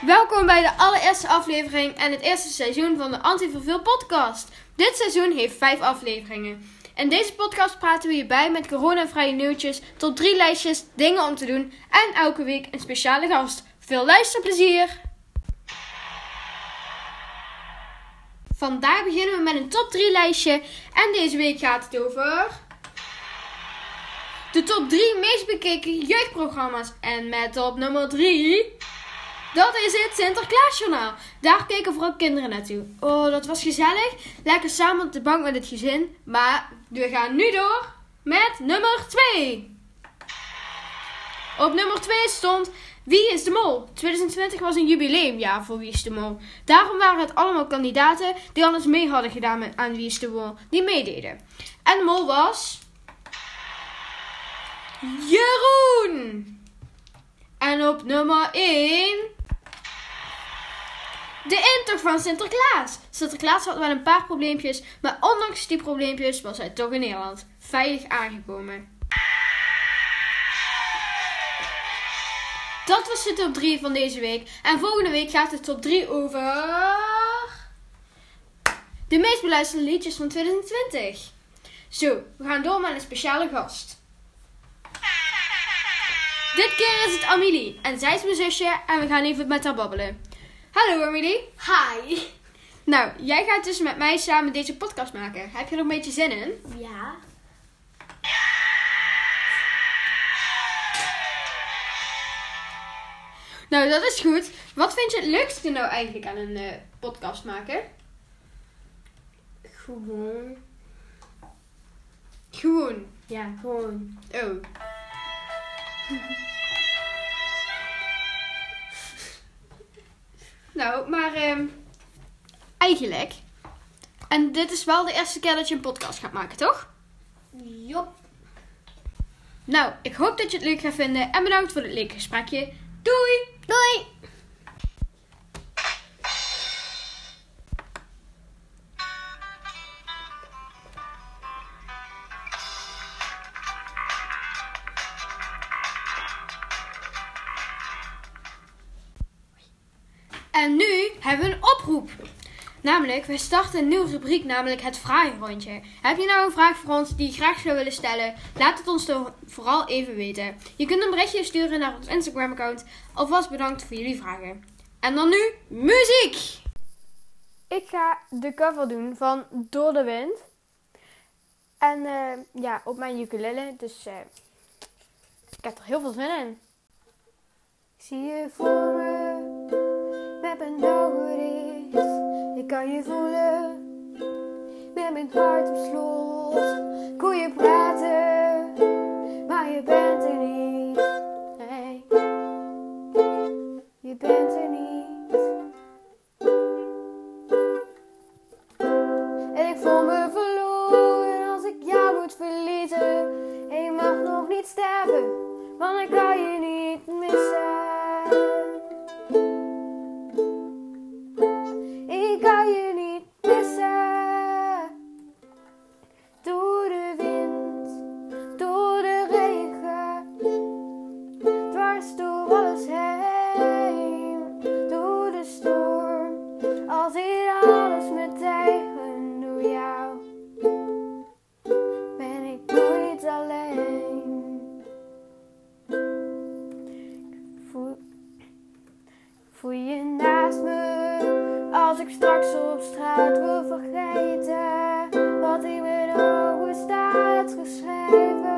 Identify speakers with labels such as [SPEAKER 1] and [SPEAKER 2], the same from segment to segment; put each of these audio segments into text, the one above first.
[SPEAKER 1] Welkom bij de allereerste aflevering en het eerste seizoen van de Antiverveel podcast. Dit seizoen heeft 5 afleveringen. In deze podcast praten we hierbij met coronavrije nieuwtjes, top 3 lijstjes, dingen om te doen en elke week een speciale gast. Veel luisterplezier! Vandaag beginnen we met een top 3 lijstje en deze week gaat het over de top 3 meest bekeken jeugdprogramma's. En met op nummer 3... dat is het Sinterklaasjournaal. Daar keken vooral kinderen naartoe. Oh, dat was gezellig. Lekker samen op de bank met het gezin. Maar we gaan nu door met nummer 2. Op nummer 2 stond Wie is de Mol? 2020 was een jubileumjaar voor Wie is de Mol. Daarom waren het allemaal kandidaten die alles mee hadden gedaan aan Wie is de Mol. Die meededen. En de mol was Jeroen. En op nummer 1... de intocht van Sinterklaas. Sinterklaas had wel een paar probleempjes, maar ondanks die probleempjes was hij toch in Nederland veilig aangekomen. Dat was de top 3 van deze week. En volgende week gaat de top 3 over de meest beluisterde liedjes van 2020. Zo, we gaan door met een speciale gast. Dit keer is het Amelie en zij is mijn zusje en we gaan even met haar babbelen. Hallo Amelie.
[SPEAKER 2] Hi.
[SPEAKER 1] Nou, jij gaat dus met mij samen deze podcast maken. Heb je er een beetje zin in?
[SPEAKER 2] Ja.
[SPEAKER 1] Nou, dat is goed. Wat vind je het leukste nou eigenlijk aan een podcast maken?
[SPEAKER 2] Gewoon.
[SPEAKER 1] Gewoon.
[SPEAKER 2] Ja, gewoon.
[SPEAKER 1] Oh. Nou, maar eigenlijk. En dit is wel de eerste keer dat je een podcast gaat maken, toch?
[SPEAKER 2] Jop.
[SPEAKER 1] Nou, ik hoop dat je het leuk gaat vinden en bedankt voor het leuke gesprekje. Doei!
[SPEAKER 2] Doei.
[SPEAKER 1] En nu hebben we een oproep. Namelijk, we starten een nieuwe rubriek, namelijk het vragenrondje. Heb je nou een vraag voor ons die je graag zou willen stellen? Laat het ons toch vooral even weten. Je kunt een berichtje sturen naar ons Instagram account. Alvast bedankt voor jullie vragen. En dan nu, muziek! Ik ga de cover doen van Door de Wind. En ja, op mijn ukulele, dus ik heb er heel veel zin in. Ik zie je voor me. Met mijn ogen dicht, ik kan je voelen. Met mijn hart op slot, kon je praten, maar je bent er niet. Nee, je bent er niet. En ik voel me verloren als ik jou moet verliezen. En je mag nog niet sterven, want ik kan je niet missen. Ik kan je niet missen. Door de wind, door de regen, dwars door alles heen. Door de storm, als ik alles me tegen doe jou, ben ik nooit alleen. Voel je naast me. Als ik straks op straat wil vergeten wat in mijn ogen staat geschreven.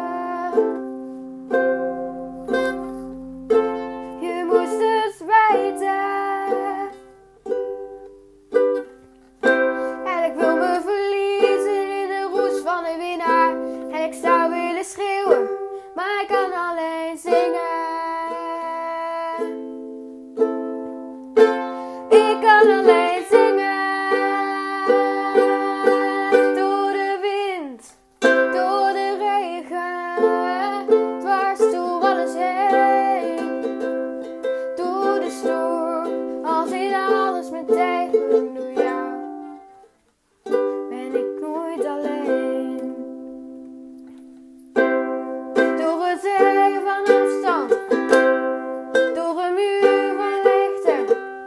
[SPEAKER 1] Je moest het weten. En ik wil me verliezen in de roes van een winnaar. En ik zou willen schreeuwen, maar ik kan alleen zingen. Ik kan alleen zingen. Door de wind, door de regen, dwars door alles heen. Door de storm, als in alles me tegen doe jou, ben ik nooit alleen. Door het heen van afstand, door een muur van lichten.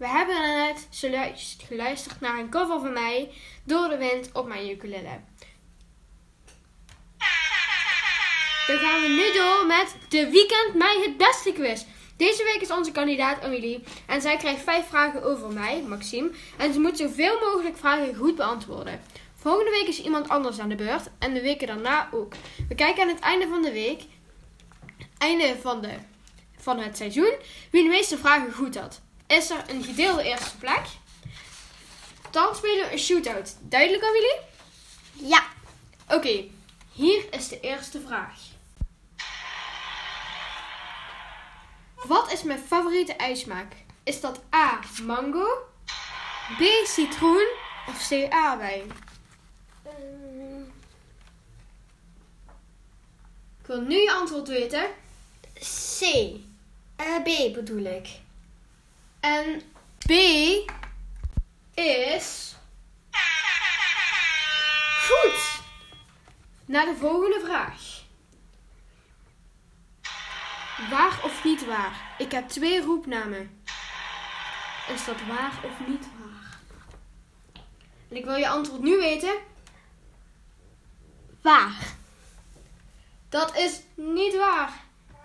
[SPEAKER 1] We hebben net zojuist geluisterd naar een cover van mij, Door de wind op mijn ukulele. Dan gaan we nu door met de Weekend mij het beste quiz. Deze week is onze kandidaat Amelie en zij krijgt 5 vragen over mij, Maxime. En ze moet zoveel mogelijk vragen goed beantwoorden. Volgende week is iemand anders aan de beurt en de weken daarna ook. We kijken aan het einde van de week, einde van het seizoen, wie de meeste vragen goed had. Is er een gedeelde eerste plek? Dan spelen we een shootout. Duidelijk, Amelie?
[SPEAKER 2] Ja.
[SPEAKER 1] Oké, hier is de eerste vraag. Wat is mijn favoriete ijsmaak? Is dat A, mango, B, citroen of C, aardbei? Ik wil nu je antwoord weten.
[SPEAKER 2] C. B bedoel ik.
[SPEAKER 1] En B is goed. Naar de volgende vraag. Waar of niet waar? Ik heb 2 roepnamen. Is dat waar of niet waar? En ik wil je antwoord nu weten.
[SPEAKER 2] Waar.
[SPEAKER 1] Dat is niet waar.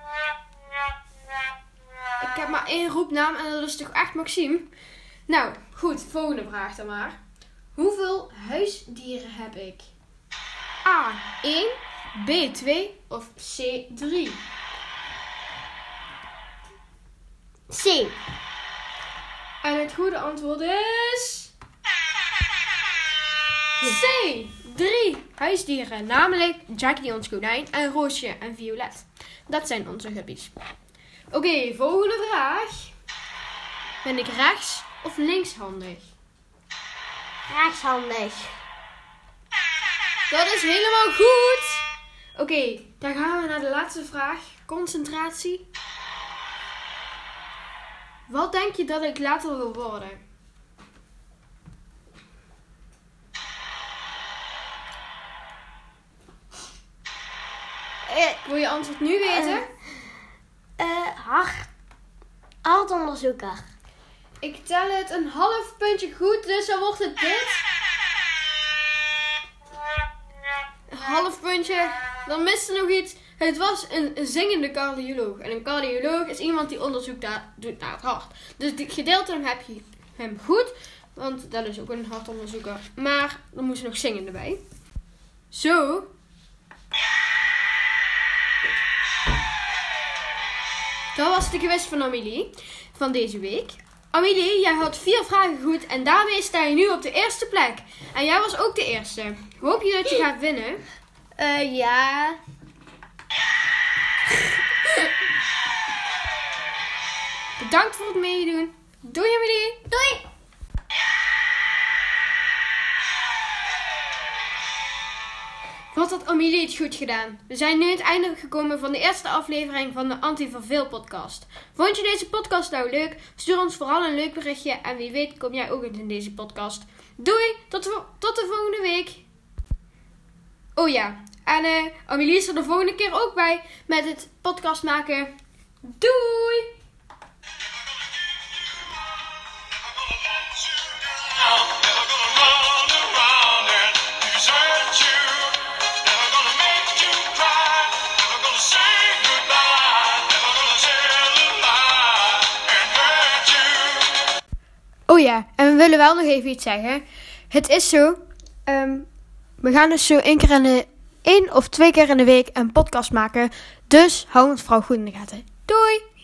[SPEAKER 1] Ik heb maar 1 roepnaam en dat is toch echt Maxime? Nou, goed, volgende vraag dan maar. Hoeveel huisdieren heb ik? A, 1, B, 2 of C, 3?
[SPEAKER 2] C.
[SPEAKER 1] En het goede antwoord is... C, 3 huisdieren. Namelijk Jackie ons konijn en Roosje en Violet. Dat zijn onze hubbies. Oké, volgende vraag. Ben ik rechts of linkshandig?
[SPEAKER 2] Rechtshandig.
[SPEAKER 1] Dat is helemaal goed. Oké, dan gaan we naar de laatste vraag. Concentratie. Wat denk je dat ik later wil worden? Wil je antwoord nu weten?
[SPEAKER 2] Hartonderzoeker.
[SPEAKER 1] Ik tel het een half puntje goed, dus dan wordt het dit. Een half puntje. Dan mist er nog iets. Het was een zingende cardioloog. En een cardioloog is iemand die onderzoek doet naar het hart. Dus dit gedeelte heb je hem goed. Want dat is ook een hartonderzoeker. Maar er moest nog zingen erbij. Zo. Dat was de quiz van Amelie van deze week. Amelie, jij had 4 vragen goed en daarmee sta je nu op de eerste plek. En jij was ook de eerste. Hoop je dat je gaat winnen?
[SPEAKER 2] Ja.
[SPEAKER 1] Bedankt voor het meedoen. Doei Amelie.
[SPEAKER 2] Doei.
[SPEAKER 1] Wat had Amelie het goed gedaan? We zijn nu aan het einde gekomen van de eerste aflevering van de Anti-Verveel podcast. Vond je deze podcast nou leuk? Stuur ons vooral een leuk berichtje en wie weet kom jij ook eens in deze podcast. Doei, tot de volgende week. Oh ja, en Amelie is er de volgende keer ook bij met het podcast maken. Doei! Oh ja, en we willen wel nog even iets zeggen. Het is zo, we gaan dus zo 1 of 2 keer in de week een podcast maken. Dus hou ons vooral goed in de gaten. Doei!